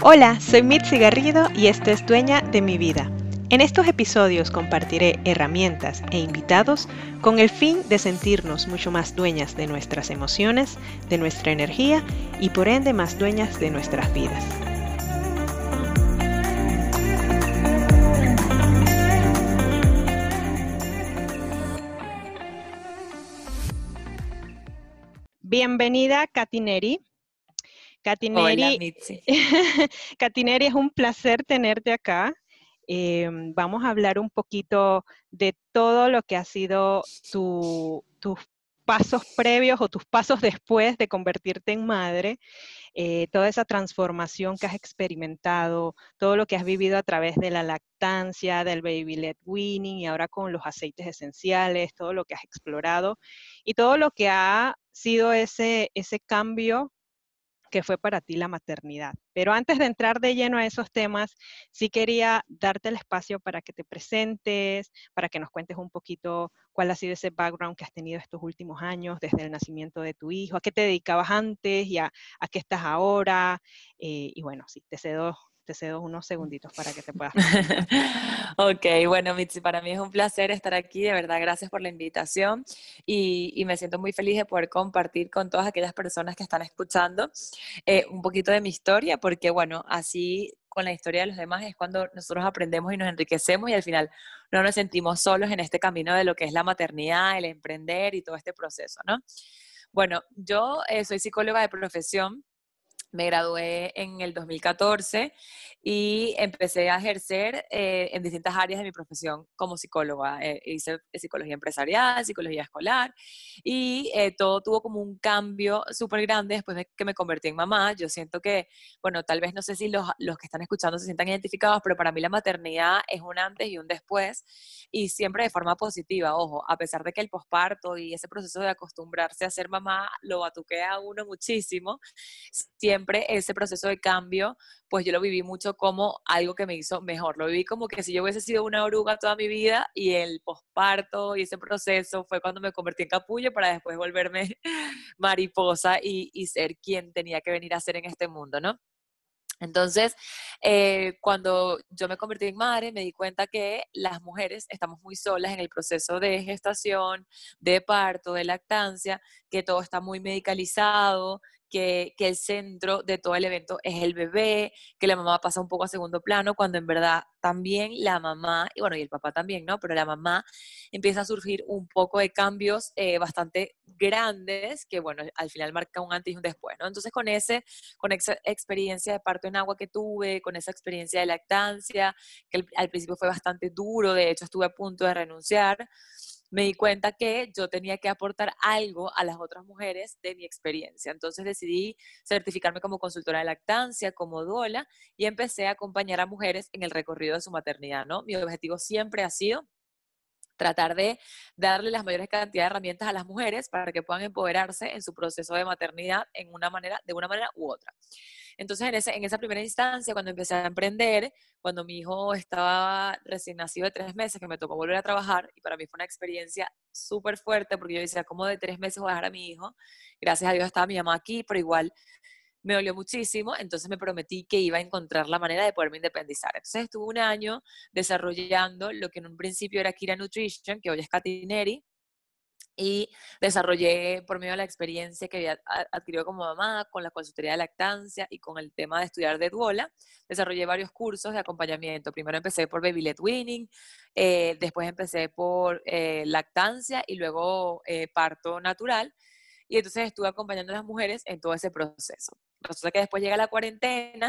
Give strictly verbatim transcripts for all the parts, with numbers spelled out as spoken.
Hola, soy Mitzi Garrido y esto es Dueña de mi vida. En estos episodios compartiré herramientas e invitados con el fin de sentirnos mucho más dueñas de nuestras emociones, de nuestra energía y por ende más dueñas de nuestras vidas. Bienvenida, Katy Neri. Katy Hola, Neri, Mitzi. Katy Neri, es un placer tenerte acá. Eh, vamos a hablar un poquito de todo lo que ha sido tu, tus pasos previos o tus pasos después de convertirte en madre, eh, toda esa transformación que has experimentado, todo lo que has vivido a través de la lactancia, del baby led weaning y ahora con los aceites esenciales, todo lo que has explorado y todo lo que ha sido ese, ese cambio que fue para ti la maternidad. Pero antes de entrar de lleno a esos temas, sí quería darte el espacio para que te presentes, para que nos cuentes un poquito cuál ha sido ese background que has tenido estos últimos años, desde el nacimiento de tu hijo, a qué te dedicabas antes y a, a qué estás ahora. Eh, y bueno, sí, te cedo, te cedo unos segunditos para que te puedas presentar. Ok, bueno, Mitzi, para mí es un placer estar aquí, de verdad, gracias por la invitación y, y me siento muy feliz de poder compartir con todas aquellas personas que están escuchando eh, un poquito de mi historia, porque bueno, así con la historia de los demás es cuando nosotros aprendemos y nos enriquecemos y al final no nos sentimos solos en este camino de lo que es la maternidad, el emprender y todo este proceso, ¿no? Bueno, yo eh, soy psicóloga de profesión. Me gradué en el dos mil catorce y empecé a ejercer eh, en distintas áreas de mi profesión como psicóloga. Eh, hice psicología empresarial, psicología escolar y eh, todo tuvo como un cambio súper grande después de que me convertí en mamá. Yo siento que, bueno, tal vez no sé si los, los que están escuchando se sientan identificados, pero para mí la maternidad es un antes y un después y siempre de forma positiva. Ojo, a pesar de que el posparto y ese proceso de acostumbrarse a ser mamá lo batuquea a uno muchísimo, siempre ese proceso de cambio, pues yo lo viví mucho como algo que me hizo mejor. Lo viví como que si yo hubiese sido una oruga toda mi vida y el posparto y ese proceso fue cuando me convertí en capullo para después volverme mariposa y, y ser quien tenía que venir a ser en este mundo, ¿no? Entonces, eh, cuando yo me convertí en madre, me di cuenta que las mujeres estamos muy solas en el proceso de gestación, de parto, de lactancia, que todo está muy medicalizado, que, que el centro de todo el evento es el bebé, que la mamá pasa un poco a segundo plano, cuando en verdad también la mamá, y bueno, y el papá también, ¿no? Pero la mamá empieza a surgir un poco de cambios eh, bastante grandes, que bueno, al final marca un antes y un después, ¿no? Entonces, con ese con esa experiencia de parto en agua que tuve, con esa experiencia de lactancia, que al, al principio fue bastante duro, de hecho estuve a punto de renunciar, me di cuenta que yo tenía que aportar algo a las otras mujeres de mi experiencia. Entonces decidí certificarme como consultora de lactancia, como doula, y empecé a acompañar a mujeres en el recorrido de su maternidad, ¿no? Mi objetivo siempre ha sido tratar de darle las mayores cantidades de herramientas a las mujeres para que puedan empoderarse en su proceso de maternidad en una manera, de una manera u otra. Entonces, en, ese, en esa primera instancia, cuando empecé a emprender, cuando mi hijo estaba recién nacido de tres meses, que me tocó volver a trabajar, y para mí fue una experiencia súper fuerte, porque yo decía, ¿cómo de tres meses voy a dejar a mi hijo? Gracias a Dios estaba mi mamá aquí, pero igual me dolió muchísimo, entonces me prometí que iba a encontrar la manera de poderme independizar. Entonces estuve un año desarrollando lo que en un principio era Kira Nutrition, que hoy es Katy Neri, y desarrollé por medio de la experiencia que había adquirido como mamá, con la consultoría de lactancia y con el tema de estudiar de duola, desarrollé varios cursos de acompañamiento. Primero empecé por Baby Led Weaning, eh, después empecé por eh, lactancia y luego eh, parto natural. Y entonces estuve acompañando a las mujeres en todo ese proceso. Resulta que después llega la cuarentena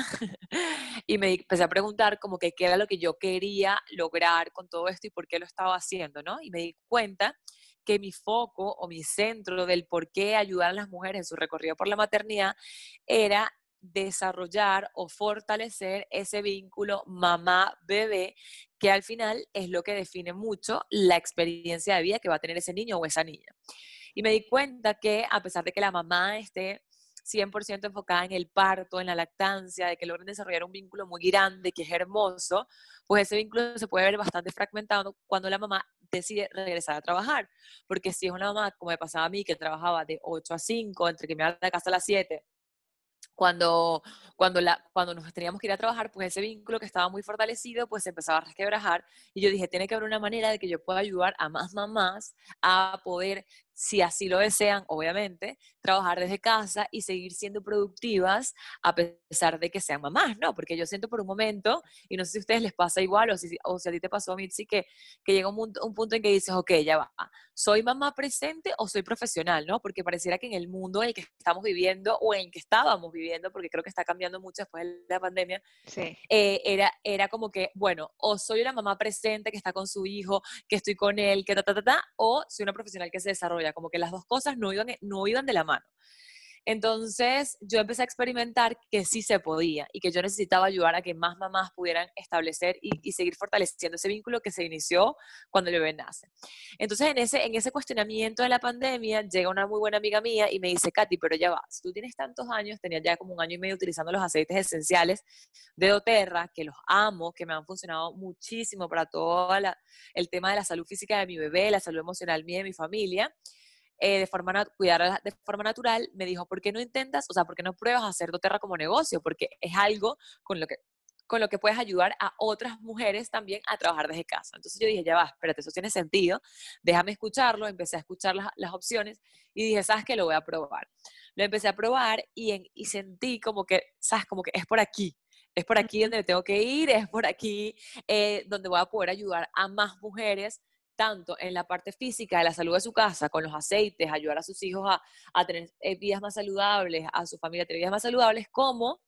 y me empecé a preguntar como que qué era lo que yo quería lograr con todo esto y por qué lo estaba haciendo, ¿no? Y me di cuenta que mi foco o mi centro del por qué ayudar a las mujeres en su recorrido por la maternidad era desarrollar o fortalecer ese vínculo mamá-bebé, que al final es lo que define mucho la experiencia de vida que va a tener ese niño o esa niña. Y me di cuenta que a pesar de que la mamá esté cien por ciento enfocada en el parto, en la lactancia, de que logren desarrollar un vínculo muy grande, que es hermoso, pues ese vínculo se puede ver bastante fragmentado cuando la mamá decide regresar a trabajar. Porque si es una mamá, como me pasaba a mí, que trabajaba de ocho a cinco, entre que me iba a la casa a las siete, cuando, cuando, la, cuando nos teníamos que ir a trabajar, pues ese vínculo que estaba muy fortalecido, pues se empezaba a resquebrajar. Y yo dije, tiene que haber una manera de que yo pueda ayudar a más mamás a poder, si así lo desean, obviamente, trabajar desde casa y seguir siendo productivas a pesar de que sean mamás, ¿no? Porque yo siento por un momento, y no sé si a ustedes les pasa igual, o si, o si a ti te pasó, Mitzi, que, que llega un, punto- un punto en que dices, ok, ya va, ¿soy mamá presente o soy profesional, no? Porque pareciera que en el mundo en el que estamos viviendo o en el que estábamos viviendo, porque creo que está cambiando mucho después de la pandemia, Sí. eh, era, era como que, bueno, o soy una mamá presente que está con su hijo, que estoy con él, que ta, ta, ta, ta, o soy una profesional que se desarrolla, como que las dos cosas no iban, no iban de la mano. Entonces yo empecé a experimentar que sí se podía y que yo necesitaba ayudar a que más mamás pudieran establecer y, y seguir fortaleciendo ese vínculo que se inició cuando el bebé nace. Entonces en ese, en ese cuestionamiento de la pandemia llega una muy buena amiga mía y me dice, Katy, pero ya va, si tú tienes tantos años, tenía ya como un año y medio utilizando los aceites esenciales de doTERRA, que los amo, que me han funcionado muchísimo para todo la, el tema de la salud física de mi bebé, la salud emocional mía y de mi familia, eh, de forma cuidarla de forma natural, me dijo, ¿por qué no intentas, o sea, por qué no pruebas a hacer doTERRA como negocio? Porque es algo con lo que con lo que puedes ayudar a otras mujeres también a trabajar desde casa. Entonces yo dije, ya va, espérate, eso tiene sentido, déjame escucharlo, empecé a escuchar las, las opciones y dije, ¿sabes qué? Lo voy a probar. Lo empecé a probar y, en, y sentí como que, ¿sabes? Como que es por aquí, es por aquí Ujú. donde tengo que ir, es por aquí eh, donde voy a poder ayudar a más mujeres tanto en la parte física de la salud de su casa, con los aceites, ayudar a sus hijos a, a tener eh, vidas más saludables, a su familia a tener vidas más saludables, como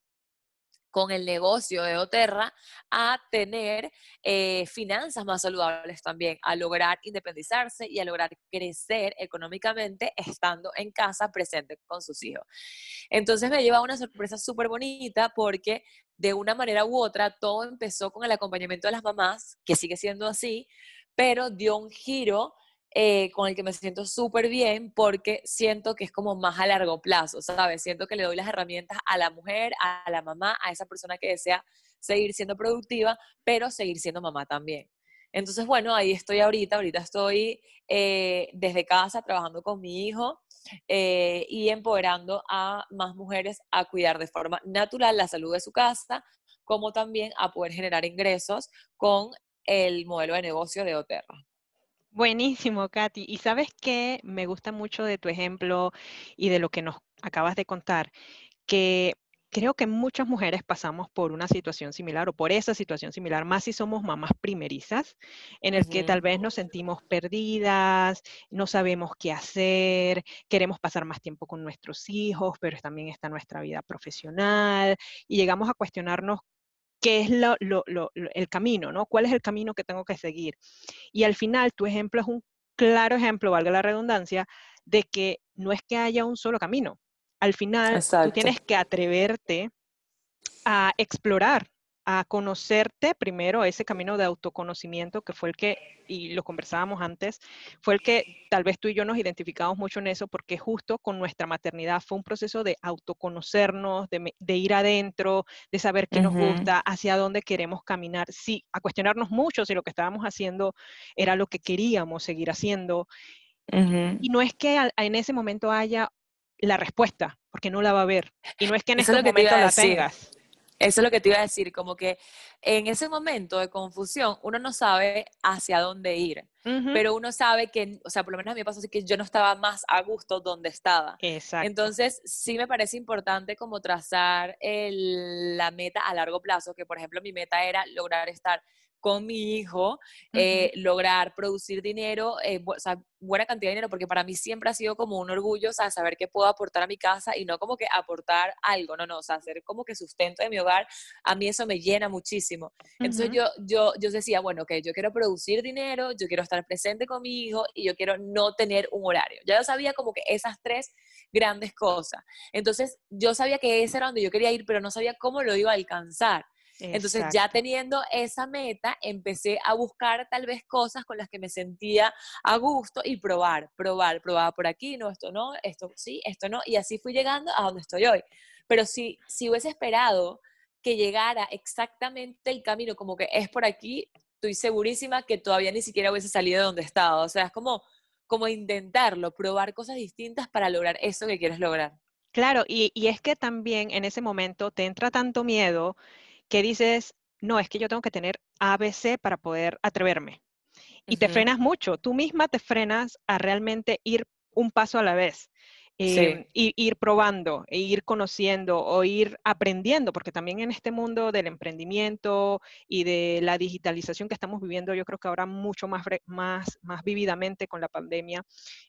con el negocio de doTERRA a tener eh, finanzas más saludables también, a lograr independizarse y a lograr crecer económicamente estando en casa presente con sus hijos. Entonces me lleva una sorpresa súper bonita porque de una manera u otra todo empezó con el acompañamiento de las mamás, que sigue siendo así, pero dio un giro eh, con el que me siento súper bien porque siento que es como más a largo plazo, ¿sabes? Siento que le doy las herramientas a la mujer, a la mamá, a esa persona que desea seguir siendo productiva, pero seguir siendo mamá también. Entonces, bueno, ahí estoy ahorita, ahorita estoy eh, desde casa trabajando con mi hijo eh, y empoderando a más mujeres a cuidar de forma natural la salud de su casa, como también a poder generar ingresos con el modelo de negocio de doTERRA. Buenísimo, Katy. ¿Y sabes qué? Me gusta mucho de tu ejemplo y de lo que nos acabas de contar, que creo que muchas mujeres pasamos por una situación similar o por esa situación similar, más si somos mamás primerizas, en el que tal Ujú, vez nos sentimos perdidas, no sabemos qué hacer, queremos pasar más tiempo con nuestros hijos, pero también está nuestra vida profesional y llegamos a cuestionarnos qué es lo, lo, lo, lo, el camino, ¿no? ¿Cuál es el camino que tengo que seguir? Y al final, tu ejemplo es un claro ejemplo, valga la redundancia, de que no es que haya un solo camino. Al final, tú exacto. tienes que atreverte a explorar, a conocerte primero, ese camino de autoconocimiento que fue el que, y lo conversábamos antes, fue el que tal vez tú y yo nos identificamos mucho en eso, porque justo con nuestra maternidad fue un proceso de autoconocernos, de, de ir adentro, de saber qué nos Ujú, gusta, hacia dónde queremos caminar, sí, a cuestionarnos mucho si lo que estábamos haciendo era lo que queríamos seguir haciendo. ujú. Y no es que a, en ese momento haya la respuesta, porque no la va a haber. Y no es que en Eso es estos lo que te iba momentos a la decir. tengas. Eso es lo que te iba a decir, como que en ese momento de confusión uno no sabe hacia dónde ir, Ujú. pero uno sabe que, o sea, por lo menos a mí me pasó así que yo no estaba más a gusto donde estaba. Exacto. Entonces, sí me parece importante como trazar el- la meta a largo plazo, que por ejemplo mi meta era lograr estar con mi hijo, Ujú. eh, lograr producir dinero, eh, bu- o sea, buena cantidad de dinero, porque para mí siempre ha sido como un orgullo, o sea, saber que puedo aportar a mi casa y no como que aportar algo, no, no, o sea, hacer como que sustento de mi hogar, a mí eso me llena muchísimo. Entonces Ujú. yo, yo, yo decía, bueno, ok, yo quiero producir dinero, yo quiero estar presente con mi hijo y yo quiero no tener un horario. Ya yo sabía como que esas tres grandes cosas. Entonces yo sabía que ese era donde yo quería ir, pero no sabía cómo lo iba a alcanzar. Entonces ya Exacto. teniendo esa meta, empecé a buscar tal vez cosas con las que me sentía a gusto y probar, probar, probar por aquí, no, esto no, esto sí, esto no, y así fui llegando a donde estoy hoy. Pero si, si hubiese esperado que llegara exactamente el camino, como que es por aquí, estoy segurísima que todavía ni siquiera hubiese salido de donde estaba. O sea, es como, como intentarlo, probar cosas distintas para lograr eso que quieres lograr. Claro, y, y es que también en ese momento te entra tanto miedo que dices, no, es que yo tengo que tener A B C para poder atreverme. Y te Ujú. frenas mucho, tú misma te frenas a realmente ir un paso a la vez, Sí, eh, y ir probando, e ir conociendo o ir aprendiendo, porque también en este mundo del emprendimiento y de la digitalización que estamos viviendo, yo creo que ahora mucho más, más, más vividamente con la pandemia,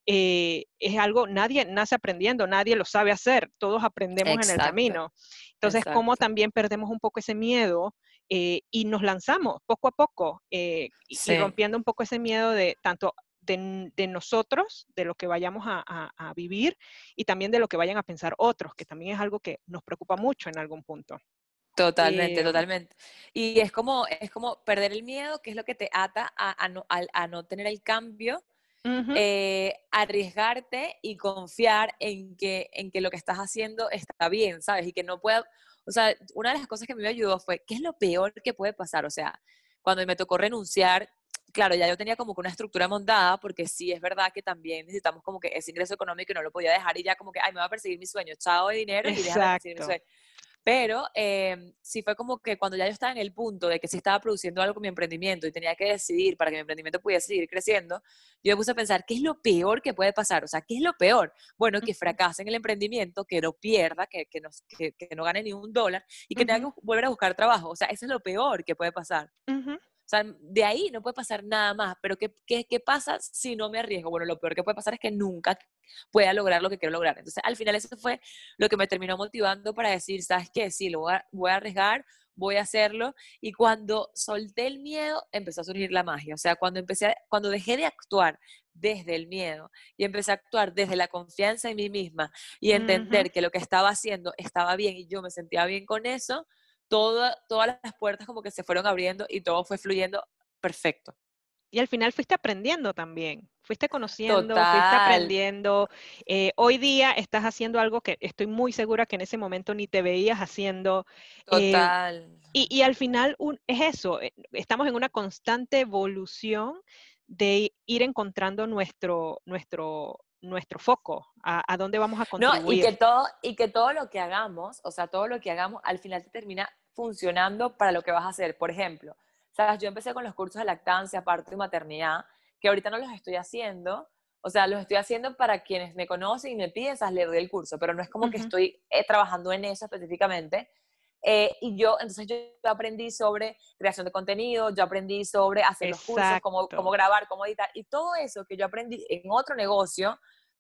eh, es algo, nadie nace aprendiendo, nadie lo sabe hacer, todos aprendemos en el exacto, camino. Entonces, cómo exacto. también perdemos un poco ese miedo, eh, y nos lanzamos poco a poco, eh, y, y Sí. rompiendo un poco ese miedo de tanto de, de nosotros, de lo que vayamos a, a, a, vivir y también de lo que vayan a pensar otros, que también es algo que nos preocupa mucho en algún punto. Totalmente, Eh, totalmente. Y es como, es como perder el miedo, que es lo que te ata a, a no, a, a no tener el cambio, uh -huh, eh, arriesgarte y confiar en que, en que lo que estás haciendo está bien, ¿sabes? Y que no pueda, o sea, una de las cosas que a mí me ayudó fue, ¿qué es lo peor que puede pasar? O sea, cuando me tocó renunciar, claro, ya yo tenía como que una estructura montada, porque sí es verdad que también necesitamos como que ese ingreso económico y no lo podía dejar y ya como que, ay, me va a perseguir mi sueño, chao de dinero y déjame perseguir mi exacto. sueño. Pero eh, sí fue como que cuando ya yo estaba en el punto de que sí estaba produciendo algo con mi emprendimiento y tenía que decidir para que mi emprendimiento pudiese seguir creciendo, yo me puse a pensar, ¿qué es lo peor que puede pasar? O sea, ¿qué es lo peor? Bueno, Uh que -huh, fracase en el emprendimiento, que no pierda, que, que, no, que, que no gane ni un dólar y uh que tenga -huh, que volver a buscar trabajo. O sea, eso es lo peor que puede pasar. uh -huh. O sea, de ahí no puede pasar nada más. Pero ¿qué, qué, ¿qué pasa si no me arriesgo? Bueno, lo peor que puede pasar es que nunca pueda lograr lo que quiero lograr. Entonces, al final eso fue lo que me terminó motivando para decir, ¿sabes qué? Sí, lo voy a, voy a arriesgar, voy a hacerlo. Y cuando solté el miedo, empezó a surgir la magia. O sea, cuando empecé, a, cuando dejé de actuar desde el miedo y empecé a actuar desde la confianza en mí misma y Uh -huh. entender que lo que estaba haciendo estaba bien y yo me sentía bien con eso, todo, todas las puertas como que se fueron abriendo y todo fue fluyendo perfecto. Y al final fuiste aprendiendo también, fuiste conociendo, fuiste Total, aprendiendo. Eh, hoy día estás haciendo algo que estoy muy segura que en ese momento ni te veías haciendo. eh, total. y, y, al final un, es eso, eh, estamos en una constante evolución de ir encontrando nuestro, nuestro, nuestro foco, a, a dónde vamos a No, y contribuir. que, todo, y que todo lo que hagamos, o sea, todo lo que hagamos al final te termina funcionando para lo que vas a hacer. Por ejemplo, sabes, yo empecé con los cursos de lactancia, parto y maternidad, que ahorita no los estoy haciendo. O sea, los estoy haciendo para quienes me conocen y me piden, esas les doy el curso, pero no es como que Ujú, estoy eh, trabajando en eso específicamente. Eh, y yo, entonces yo, yo aprendí sobre creación de contenido, yo aprendí sobre hacer los cursos, cómo, cómo exacto. grabar, cómo editar, y todo eso que yo aprendí en otro negocio,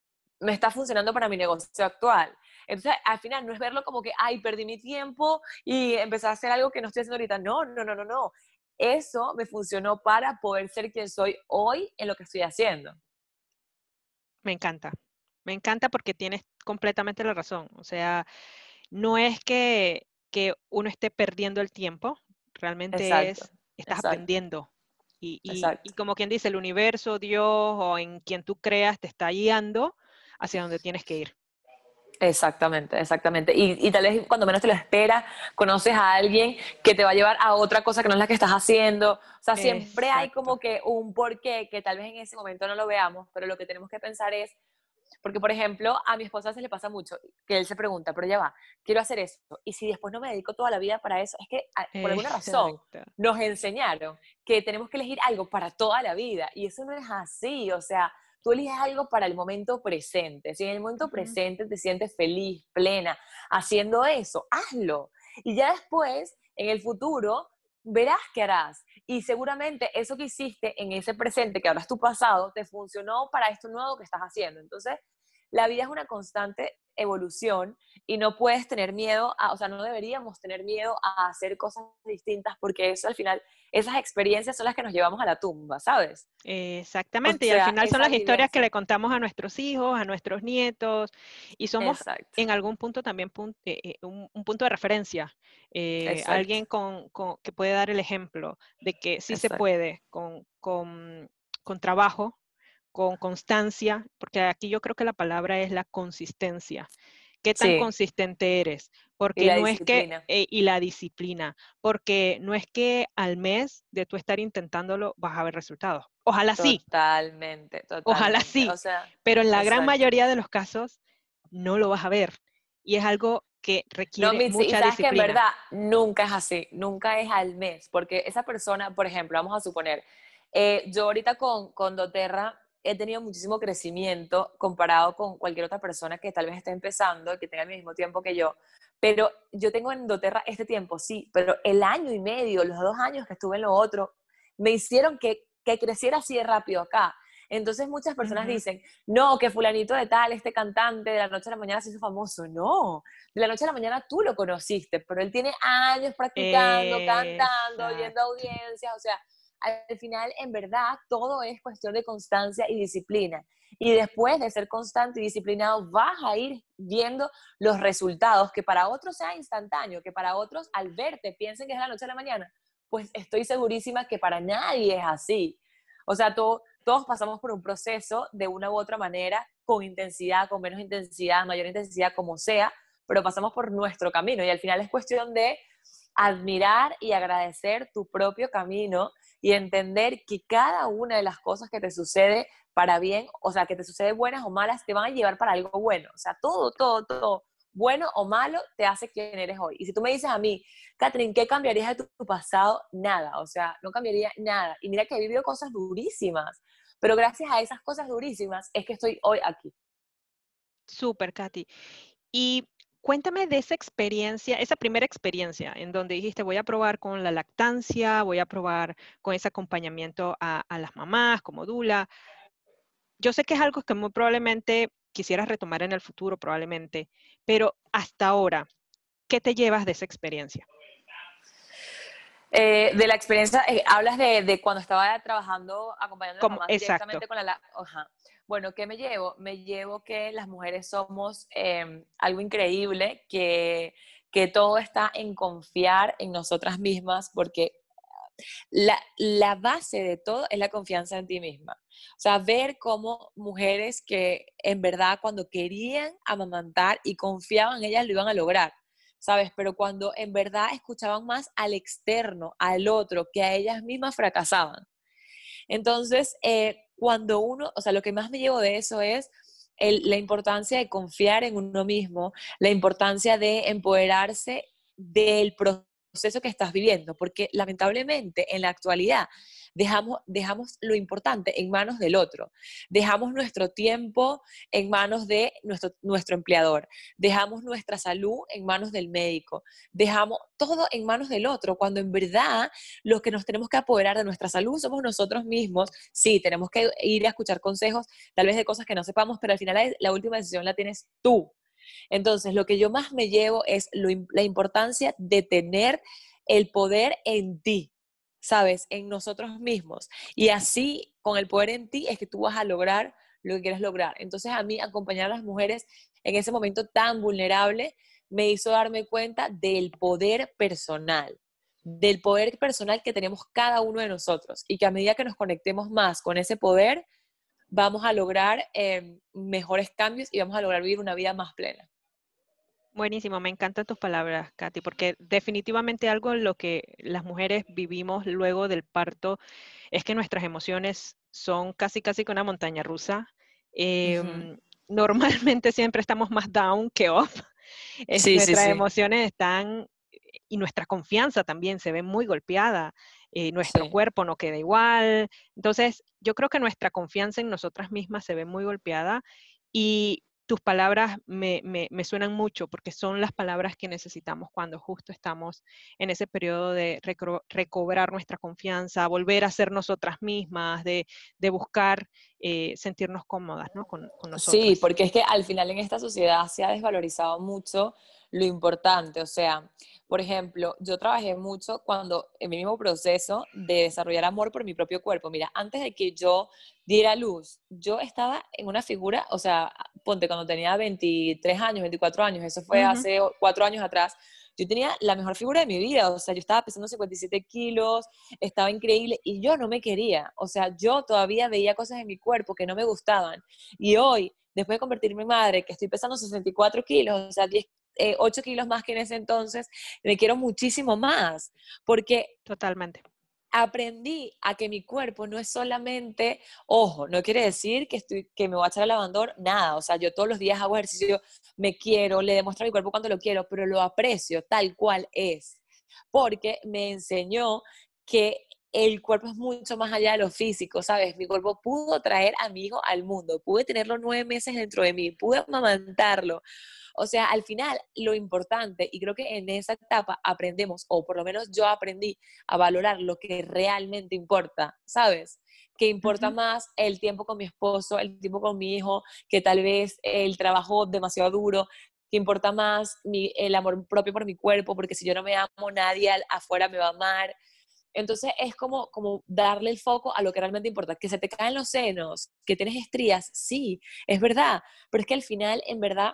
me está funcionando para mi negocio actual. Entonces, al final, no es verlo como que, ay, perdí mi tiempo y empecé a hacer algo que no estoy haciendo ahorita. No, no, no, no, no. Eso me funcionó para poder ser quien soy hoy en lo que estoy haciendo. Me encanta. Me encanta porque tienes completamente la razón. O sea, no es que, que uno esté perdiendo el tiempo, realmente Exacto, es, estás exacto, aprendiendo. Y, y, y exacto. como quien dice, el universo, Dios o en quien tú creas te está guiando hacia donde tienes que ir. Exactamente, exactamente. Y, y tal vez cuando menos te lo esperas, conoces a alguien que te va a llevar a otra cosa que no es la que estás haciendo. O sea, siempre hay Exacto. como que un porqué que tal vez en ese momento no lo veamos, pero lo que tenemos que pensar es, porque por ejemplo, a mi esposa se le pasa mucho, que él se pregunta, pero ya va, quiero hacer esto, y si después no me dedico toda la vida para eso, es que a- por alguna razón Exacto. nos enseñaron que tenemos que elegir algo para toda la vida, y eso no es así, o sea, tú eliges algo para el momento presente. Si en el momento Ujú. presente te sientes feliz, plena, haciendo eso, hazlo. Y ya después, en el futuro, verás qué harás. Y seguramente eso que hiciste en ese presente, que ahora es tu pasado, te funcionó para esto nuevo que estás haciendo. Entonces, la vida es una constante evolución y no puedes tener miedo, a, o sea, no deberíamos tener miedo a hacer cosas distintas porque eso al final, esas experiencias son las que nos llevamos a la tumba, ¿sabes? O Exactamente, y al sea, final son esa las historias que vivencia. le contamos a nuestros hijos, a nuestros nietos, y somos Exacto, en algún punto también pun- eh, eh, un, un punto de referencia, eh, exacto, alguien con, con- que puede dar el ejemplo de que sí se exacto. puede con, con, con trabajo, con constancia, porque aquí yo creo que la palabra es la consistencia. ¿Qué tan Sí, consistente eres? y Porque la no es que, disciplina. eh, y la disciplina, porque no es que al mes de tú estar intentándolo vas a ver resultados. Ojalá sí, Totalmente, ojalá totalmente. O sí, sea, pero en la gran exacto, mayoría de los casos no lo vas a ver. y es algo que No, requiere Mitzi, y mucha sabes que en disciplina. verdad nunca es así, nunca es al mes, porque esa persona, por ejemplo, vamos a suponer, eh, yo ahorita con, con doTERRA he tenido muchísimo crecimiento comparado con cualquier otra persona que tal vez esté empezando, que tenga el mismo tiempo que yo, pero yo tengo en doTERRA este tiempo, sí, pero el año y medio, los dos años que estuve en lo otro, me hicieron que, que creciera así de rápido acá. Entonces muchas personas Ujú. dicen, no, que fulanito de tal, este cantante de la noche a la mañana se hizo famoso. No, de la noche a la mañana tú lo conociste, pero él tiene años practicando, cantando, yendo a Exacto. audiencias, o sea, al final, en verdad, todo es cuestión de constancia y disciplina. Y después de ser constante y disciplinado, vas a ir viendo los resultados que para otros sea instantáneo, que para otros al verte piensen que es de la noche a la mañana. Pues estoy segurísima que para nadie es así. O sea, todo, todos pasamos por un proceso de una u otra manera, con intensidad, con menos intensidad, mayor intensidad, como sea, pero pasamos por nuestro camino y al final es cuestión de admirar y agradecer tu propio camino y entender que cada una de las cosas que te sucede para bien, o sea, que te sucede buenas o malas, te van a llevar para algo bueno. O sea, todo, todo, todo, bueno o malo, te hace quien eres hoy. Y si tú me dices a mí, Catherine, ¿qué cambiarías de tu, tu pasado? Nada, o sea, no cambiaría nada. Y mira que he vivido cosas durísimas, pero gracias a esas cosas durísimas es que estoy hoy aquí. Súper, Katy. Y cuéntame de esa experiencia, esa primera experiencia en donde dijiste, voy a probar con la lactancia, voy a probar con ese acompañamiento a, a las mamás como dula. Yo sé que es algo que muy probablemente quisieras retomar en el futuro, probablemente, pero hasta ahora, ¿qué te llevas de esa experiencia? Eh, de la experiencia, eh, hablas de, de, cuando estaba trabajando acompañando a las Como, mamás exacto. directamente con la... Ajá. Bueno, ¿qué me llevo? Me llevo que las mujeres somos eh, algo increíble, que, que todo está en confiar en nosotras mismas, porque la, la base de todo es la confianza en ti misma. O sea, ver cómo mujeres que en verdad cuando querían amamantar y confiaban en ellas lo iban a lograr. ¿Sabes? Pero cuando en verdad escuchaban más al externo, al otro, que a ellas mismas fracasaban. Entonces, eh, cuando uno, o sea, lo que más me llevo de eso es el, la importancia de confiar en uno mismo, la importancia de empoderarse del proceso que estás viviendo, porque lamentablemente en la actualidad dejamos, dejamos lo importante en manos del otro, dejamos nuestro tiempo en manos de nuestro, nuestro empleador, dejamos nuestra salud en manos del médico, dejamos todo en manos del otro, cuando en verdad los que nos tenemos que apoderar de nuestra salud somos nosotros mismos. Sí, tenemos que ir a escuchar consejos, tal vez de cosas que no sepamos, pero al final la, la última decisión la tienes tú. Entonces, lo que yo más me llevo es lo, la importancia de tener el poder en ti, ¿sabes? En nosotros mismos. Y así, con el poder en ti, es que tú vas a lograr lo que quieres lograr. Entonces, a mí, acompañar a las mujeres en ese momento tan vulnerable, me hizo darme cuenta del poder personal, del poder personal que tenemos cada uno de nosotros y que a medida que nos conectemos más con ese poder, vamos a lograr eh, mejores cambios y vamos a lograr vivir una vida más plena. Buenísimo, me encantan tus palabras, Katy, porque definitivamente algo en lo que las mujeres vivimos luego del parto es que nuestras emociones son casi, casi que una montaña rusa. Uh-huh. Eh, Normalmente siempre estamos más down que up. Es, Sí, sí, nuestras sí, emociones están y nuestra confianza también se ve muy golpeada. Eh, nuestro sí. cuerpo no queda igual. Entonces, yo creo que nuestra confianza en nosotras mismas se ve muy golpeada y tus palabras me, me, me suenan mucho porque son las palabras que necesitamos cuando justo estamos en ese periodo de reco recobrar nuestra confianza, volver a ser nosotras mismas, de, de buscar eh, sentirnos cómodas, ¿no? con, con Sí, nosotras. porque es que al final en esta sociedad se ha desvalorizado mucho lo importante. O sea, por ejemplo, yo trabajé mucho cuando en mi mismo proceso de desarrollar amor por mi propio cuerpo. Mira, antes de que yo diera luz, yo estaba en una figura, o sea, ponte cuando tenía veintitrés años, veinticuatro años, eso fue Ujú. hace cuatro años atrás. Yo tenía la mejor figura de mi vida, o sea, yo estaba pesando cincuenta y siete kilos, estaba increíble y yo no me quería, o sea, yo todavía veía cosas en mi cuerpo que no me gustaban. Y hoy, después de convertirme en madre, que estoy pesando sesenta y cuatro kilos, o sea, diez, eh, ocho kilos más que en ese entonces, me quiero muchísimo más, porque Totalmente. aprendí a que mi cuerpo no es solamente, ojo, no quiere decir que, estoy, que me voy a echar al lavandor, nada, o sea, yo todos los días hago ejercicio, me quiero, le demuestro a mi cuerpo cuando lo quiero, pero lo aprecio tal cual es, porque me enseñó que el cuerpo es mucho más allá de lo físico, ¿sabes? Mi cuerpo pudo traer a mi hijo al mundo, pude tenerlo nueve meses dentro de mí, pude amamantarlo. O sea, al final, lo importante, y creo que en esa etapa aprendemos, o por lo menos yo aprendí a valorar lo que realmente importa, ¿sabes? Que importa Ujú. más el tiempo con mi esposo, el tiempo con mi hijo, que tal vez el trabajo demasiado duro, que importa más mi, el amor propio por mi cuerpo, porque si yo no me amo, nadie afuera me va a amar. Entonces es como, como darle el foco a lo que realmente importa. Que se te caen los senos, que tienes estrías, sí, es verdad, pero es que al final, en verdad,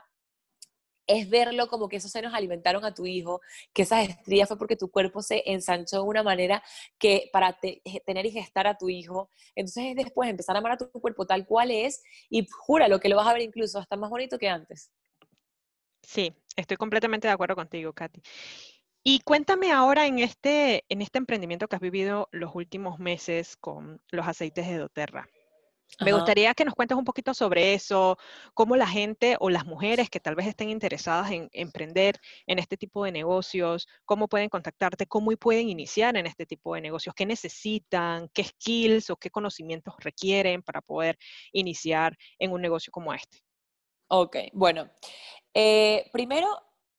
es verlo como que esos senos alimentaron a tu hijo, que esas estrías fue porque tu cuerpo se ensanchó de una manera que para te, tener y gestar a tu hijo. Entonces es después empezar a amar a tu cuerpo tal cual es y júralo que lo vas a ver incluso hasta más bonito que antes. Sí, estoy completamente de acuerdo contigo, Katy. Y cuéntame ahora en este, en este emprendimiento que has vivido los últimos meses con los aceites de doTERRA. Me Ajá. gustaría que nos cuentes un poquito sobre eso, cómo la gente o las mujeres que tal vez estén interesadas en emprender en este tipo de negocios, cómo pueden contactarte, cómo pueden iniciar en este tipo de negocios, qué necesitan, qué skills o qué conocimientos requieren para poder iniciar en un negocio como este. Ok, bueno. Eh, primero,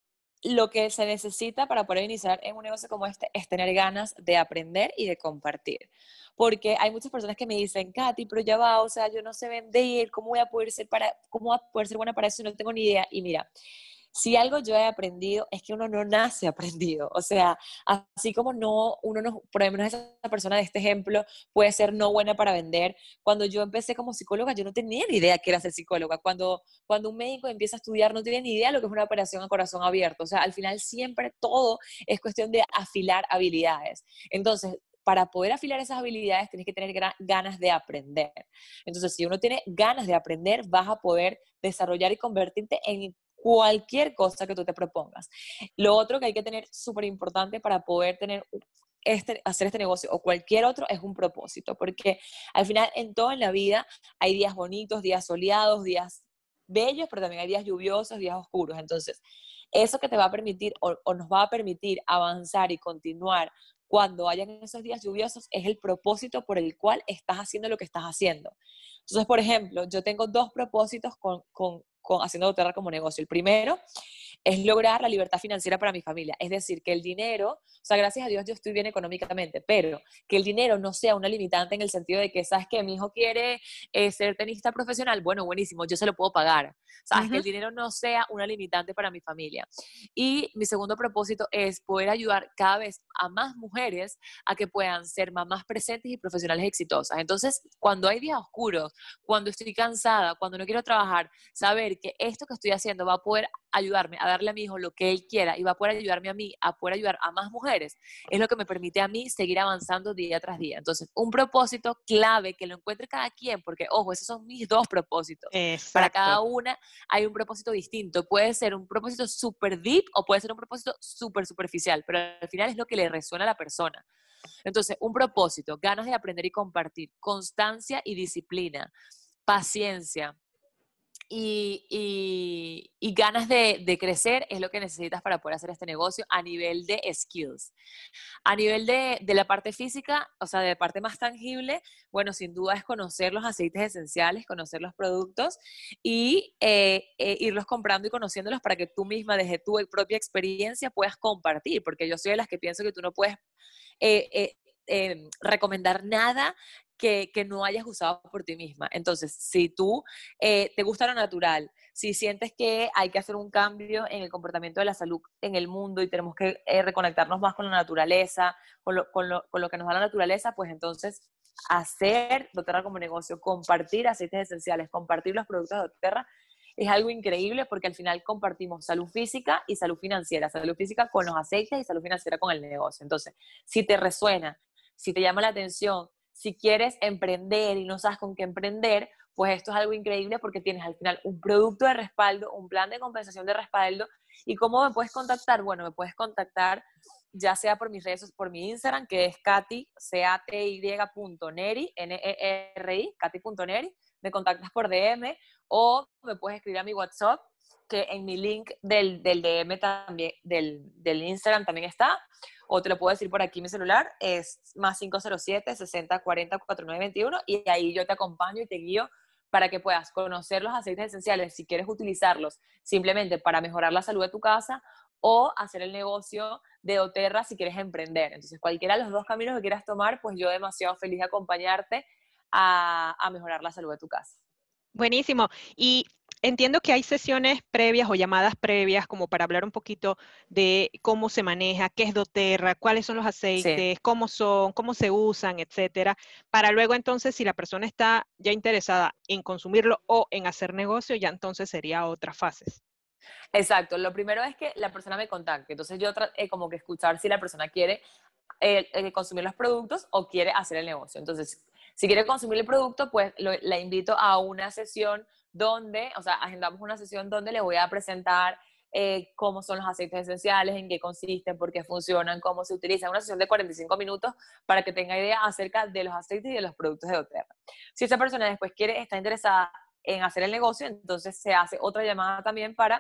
lo que se necesita para poder iniciar en un negocio como este es tener ganas de aprender y de compartir. Porque hay muchas personas que me dicen, Katy, pero ya va, o sea, yo no sé vender, ¿cómo voy a poder ser para, cómo voy a poder ser buena para eso si no tengo ni idea? Y mira, si algo yo he aprendido es que uno no nace aprendido, o sea, así como no, uno no, por lo menos esa persona de este ejemplo puede ser no buena para vender. Cuando yo empecé como psicóloga, yo no tenía ni idea que era ser psicóloga. Cuando, cuando un médico empieza a estudiar, no tiene ni idea lo que es una operación a corazón abierto. O sea, al final siempre todo es cuestión de afilar habilidades. Entonces, para poder afilar esas habilidades tienes que tener ganas de aprender. Entonces, si uno tiene ganas de aprender, vas a poder desarrollar y convertirte en cualquier cosa que tú te propongas. Lo otro que hay que tener súper importante para poder tener este, hacer este negocio o cualquier otro es un propósito, porque al final en todo en la vida hay días bonitos, días soleados, días bellos, pero también hay días lluviosos, días oscuros. Entonces, eso que te va a permitir o, o nos va a permitir avanzar y continuar cuando hayan esos días lluviosos es el propósito por el cual estás haciendo lo que estás haciendo. Entonces, por ejemplo, yo tengo dos propósitos con, con, con haciendo doTERRA como negocio. El primero es lograr la libertad financiera para mi familia. Es decir, que el dinero, o sea, gracias a Dios yo estoy bien económicamente, pero que el dinero no sea una limitante en el sentido de que, ¿sabes que mi hijo quiere eh, ser tenista profesional? Bueno, buenísimo, yo se lo puedo pagar. ¿Sabes? Que Ujú. el dinero no sea una limitante para mi familia. Y mi segundo propósito es poder ayudar cada vez a más mujeres a que puedan ser mamás presentes y profesionales exitosas. Entonces, cuando hay días oscuros, cuando estoy cansada, cuando no quiero trabajar, saber que esto que estoy haciendo va a poder ayudarme a darle a mi hijo lo que él quiera y va a poder ayudarme a mí a poder ayudar a más mujeres, es lo que me permite a mí seguir avanzando día tras día. Entonces, un propósito clave que lo encuentre cada quien, porque, ojo, esos son mis dos propósitos. Para Exacto. cada una hay un propósito distinto. Puede ser un propósito súper deep o puede ser un propósito súper superficial, pero al final es lo que le resuena a la persona. Entonces, un propósito, ganas de aprender y compartir, constancia y disciplina, paciencia, y, y, y ganas de, de, crecer es lo que necesitas para poder hacer este negocio a nivel de skills. A nivel de, de la parte física, o sea, de la parte más tangible, bueno, sin duda es conocer los aceites esenciales, conocer los productos y eh, eh, irlos comprando y conociéndolos para que tú misma, desde tu propia experiencia, puedas compartir, porque yo soy de las que pienso que tú no puedes eh, eh, eh, recomendar nada que, que, no hayas usado por ti misma. Entonces, si tú eh, te gusta lo natural, si sientes que hay que hacer un cambio en el comportamiento de la salud en el mundo y tenemos que eh, reconectarnos más con la naturaleza, con lo, con, lo, con lo que nos da la naturaleza, pues entonces hacer doTERRA como negocio, compartir aceites esenciales, compartir los productos de doTERRA, es algo increíble porque al final compartimos salud física y salud financiera, salud física con los aceites y salud financiera con el negocio. Entonces, si te resuena, si te llama la atención, si quieres emprender y no sabes con qué emprender, pues esto es algo increíble porque tienes al final un producto de respaldo, un plan de compensación de respaldo. ¿Y cómo me puedes contactar? Bueno, me puedes contactar ya sea por mis redes, por mi Instagram, que es Katy, C A T Y punto Neri, N E R I, Katy punto Neri, me contactas por D M o me puedes escribir a mi WhatsApp, que en mi link del, del D M también, del, del Instagram también está, o te lo puedo decir por aquí mi celular, es más cinco cero siete, sesenta cuarenta, cuarenta y nueve veintiuno, y ahí yo te acompaño y te guío para que puedas conocer los aceites esenciales, si quieres utilizarlos simplemente para mejorar la salud de tu casa, o hacer el negocio de doTERRA si quieres emprender. Entonces, cualquiera de los dos caminos que quieras tomar, pues yo demasiado feliz de acompañarte a, a mejorar la salud de tu casa. Buenísimo. Y entiendo que hay sesiones previas o llamadas previas como para hablar un poquito de cómo se maneja, qué es doTERRA, cuáles son los Sí. aceites, cómo son, cómo se usan, etcétera, para luego entonces, si la persona está ya interesada en consumirlo o en hacer negocio, ya entonces sería otras fases. Exacto. Lo primero es que la persona me contacte. Entonces yo eh, como que escuchar si la persona quiere eh, eh, consumir los productos o quiere hacer el negocio. Entonces, si quiere consumir el producto, pues lo, la invito a una sesión donde, o sea, agendamos una sesión donde le voy a presentar eh, cómo son los aceites esenciales, en qué consisten, por qué funcionan, cómo se utilizan. Una sesión de cuarenta y cinco minutos para que tenga idea acerca de los aceites y de los productos de doTERRA. Si esa persona después quiere, está interesada en hacer el negocio, entonces se hace otra llamada también para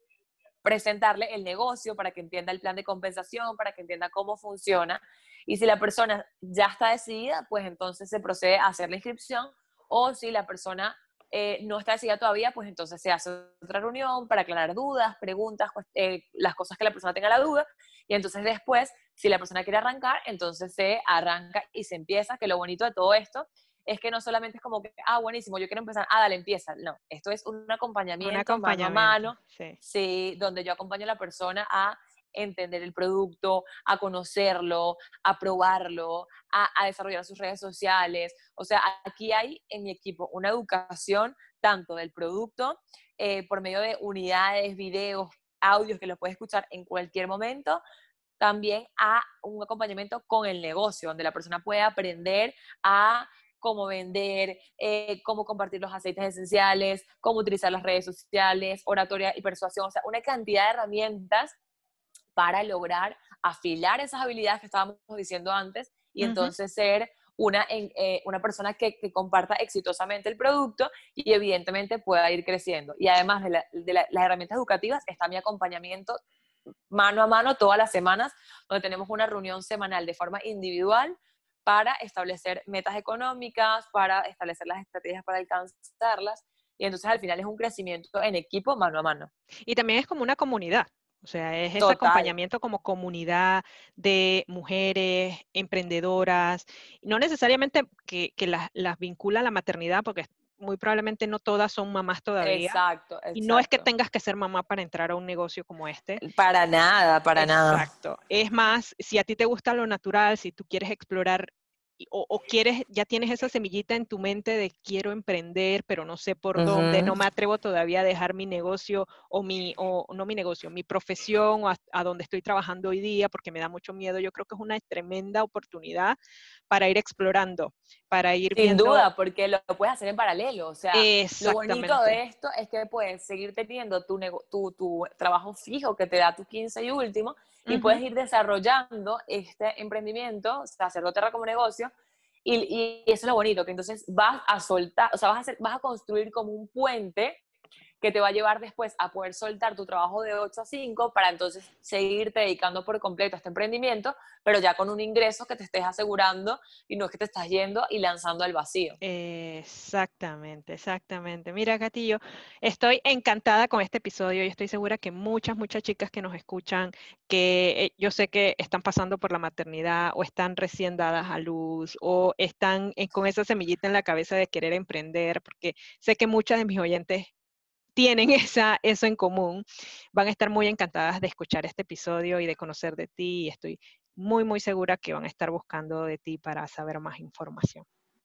presentarle el negocio, para que entienda el plan de compensación, para que entienda cómo funciona. Y si la persona ya está decidida, pues entonces se procede a hacer la inscripción, o si la persona eh, no está decidida todavía, pues entonces se hace otra reunión para aclarar dudas, preguntas, eh, las cosas que la persona tenga la duda, y entonces después, si la persona quiere arrancar, entonces se arranca y se empieza, que lo bonito de todo esto es que no solamente es como que, ah, buenísimo, yo quiero empezar, ah, dale, empieza. No, esto es un Un acompañamiento mano a acompañamiento, mano, sí. sí, donde yo acompaño a la persona a entender el producto, a conocerlo, a probarlo, a, a desarrollar sus redes sociales. O sea, aquí hay en mi equipo una educación tanto del producto, eh, por medio de unidades, videos, audios que los puedes escuchar en cualquier momento, también a un acompañamiento con el negocio, donde la persona puede aprender a cómo vender, eh, cómo compartir los aceites esenciales, cómo utilizar las redes sociales, oratoria y persuasión, o sea, una cantidad de herramientas para lograr afilar esas habilidades que estábamos diciendo antes y Ujú. entonces ser una, eh, una persona que, que, comparta exitosamente el producto y evidentemente pueda ir creciendo. Y además de, la, de la, las herramientas educativas está mi acompañamiento mano a mano todas las semanas, donde tenemos una reunión semanal de forma individual para establecer metas económicas, para establecer las estrategias para alcanzarlas, y entonces al final es un crecimiento en equipo mano a mano. Y también es como una comunidad. O sea, es ese Total. acompañamiento como comunidad de mujeres emprendedoras, no necesariamente que, que las, las vincula a la maternidad, porque muy probablemente no todas son mamás todavía, Exacto, y no es que exacto. tengas que ser mamá para entrar a un negocio como este. Para nada, para nada. Exacto. Es más, si a ti te gusta lo natural, si tú quieres explorar y- o, o quieres, ya tienes esa semillita en tu mente de quiero emprender, pero no sé por dónde, Ujú. no me atrevo todavía a dejar mi negocio o mi, o no mi negocio, mi profesión o a, a donde estoy trabajando hoy día porque me da mucho miedo. Yo creo que es una tremenda oportunidad para ir explorando, para ir Sin viendo duda, porque lo puedes hacer en paralelo. O sea, lo bonito exactamente. de esto es que puedes seguir teniendo tu, tu, tu trabajo fijo que te da tu quince y último, y Ujú. puedes ir desarrollando este emprendimiento, o sea, hacer doTERRA como negocio, y, y eso es lo bonito, que entonces vas a soltar, o sea, vas a, hacer, vas a construir como un puente que te va a llevar después a poder soltar tu trabajo de ocho a cinco para entonces seguirte dedicando por completo a este emprendimiento, pero ya con un ingreso que te estés asegurando y no es que te estás yendo y lanzando al vacío. Exactamente, exactamente. Mira, Gatillo, estoy encantada con este episodio y estoy segura que muchas, muchas chicas que nos escuchan, que eh, yo sé que están pasando por la maternidad o están recién dadas a luz o están eh, con esa semillita en la cabeza de querer emprender, porque sé que muchas de mis oyentes tienen esa, eso en común, van a estar muy encantadas de escuchar este episodio y de conocer de ti y estoy muy, muy segura que van a estar buscando de ti para saber más información.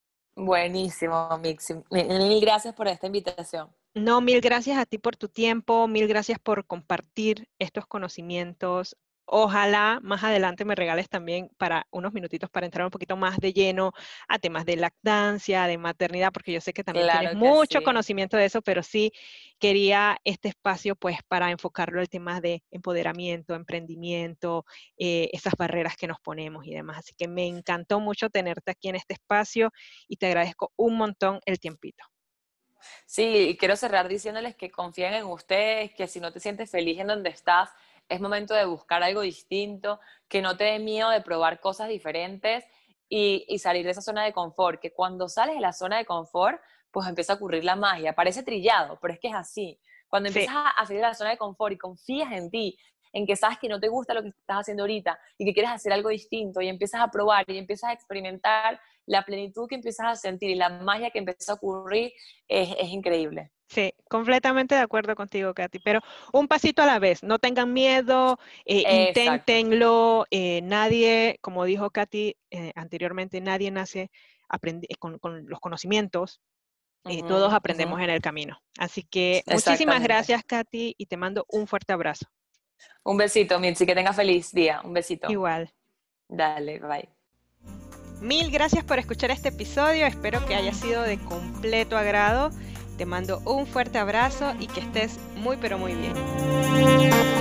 Buenísimo, Mixi. Mil gracias por esta invitación. No, mil gracias a ti por tu tiempo, mil gracias por compartir estos conocimientos. Ojalá más adelante me regales también para unos minutitos para entrar un poquito más de lleno a temas de lactancia, de maternidad, porque yo sé que también tienes Claro que mucho sí. conocimiento de eso, pero sí quería este espacio pues para enfocarlo al tema de empoderamiento, emprendimiento, eh, esas barreras que nos ponemos y demás. Así que me encantó mucho tenerte aquí en este espacio y te agradezco un montón el tiempito. Sí, y quiero cerrar diciéndoles que confíen en ustedes, que si no te sientes feliz en donde estás, es momento de buscar algo distinto, que no te dé miedo de probar cosas diferentes y, y salir de esa zona de confort, que cuando sales de la zona de confort, pues empieza a ocurrir la magia. Parece trillado, pero es que es así. Cuando Sí. empiezas a, a salir de la zona de confort y confías en ti, en que sabes que no te gusta lo que estás haciendo ahorita y que quieres hacer algo distinto y empiezas a probar y empiezas a experimentar, la plenitud que empiezas a sentir y la magia que empieza a ocurrir es, es increíble. Sí, completamente de acuerdo contigo, Katy, pero un pasito a la vez, no tengan miedo, eh, Exacto. inténtenlo, eh, nadie, como dijo Katy eh, anteriormente, nadie nace aprendi- eh, con, con los conocimientos, eh, todos Ujú, aprendemos ujú. en el camino. Así que muchísimas Exactamente. gracias, Katy, y te mando un fuerte abrazo. Un besito, Mitzi, que tenga feliz día. Un besito. Igual. Dale, bye. Mil gracias por escuchar este episodio, espero que haya sido de completo agrado. Te mando un fuerte abrazo y que estés muy pero muy bien.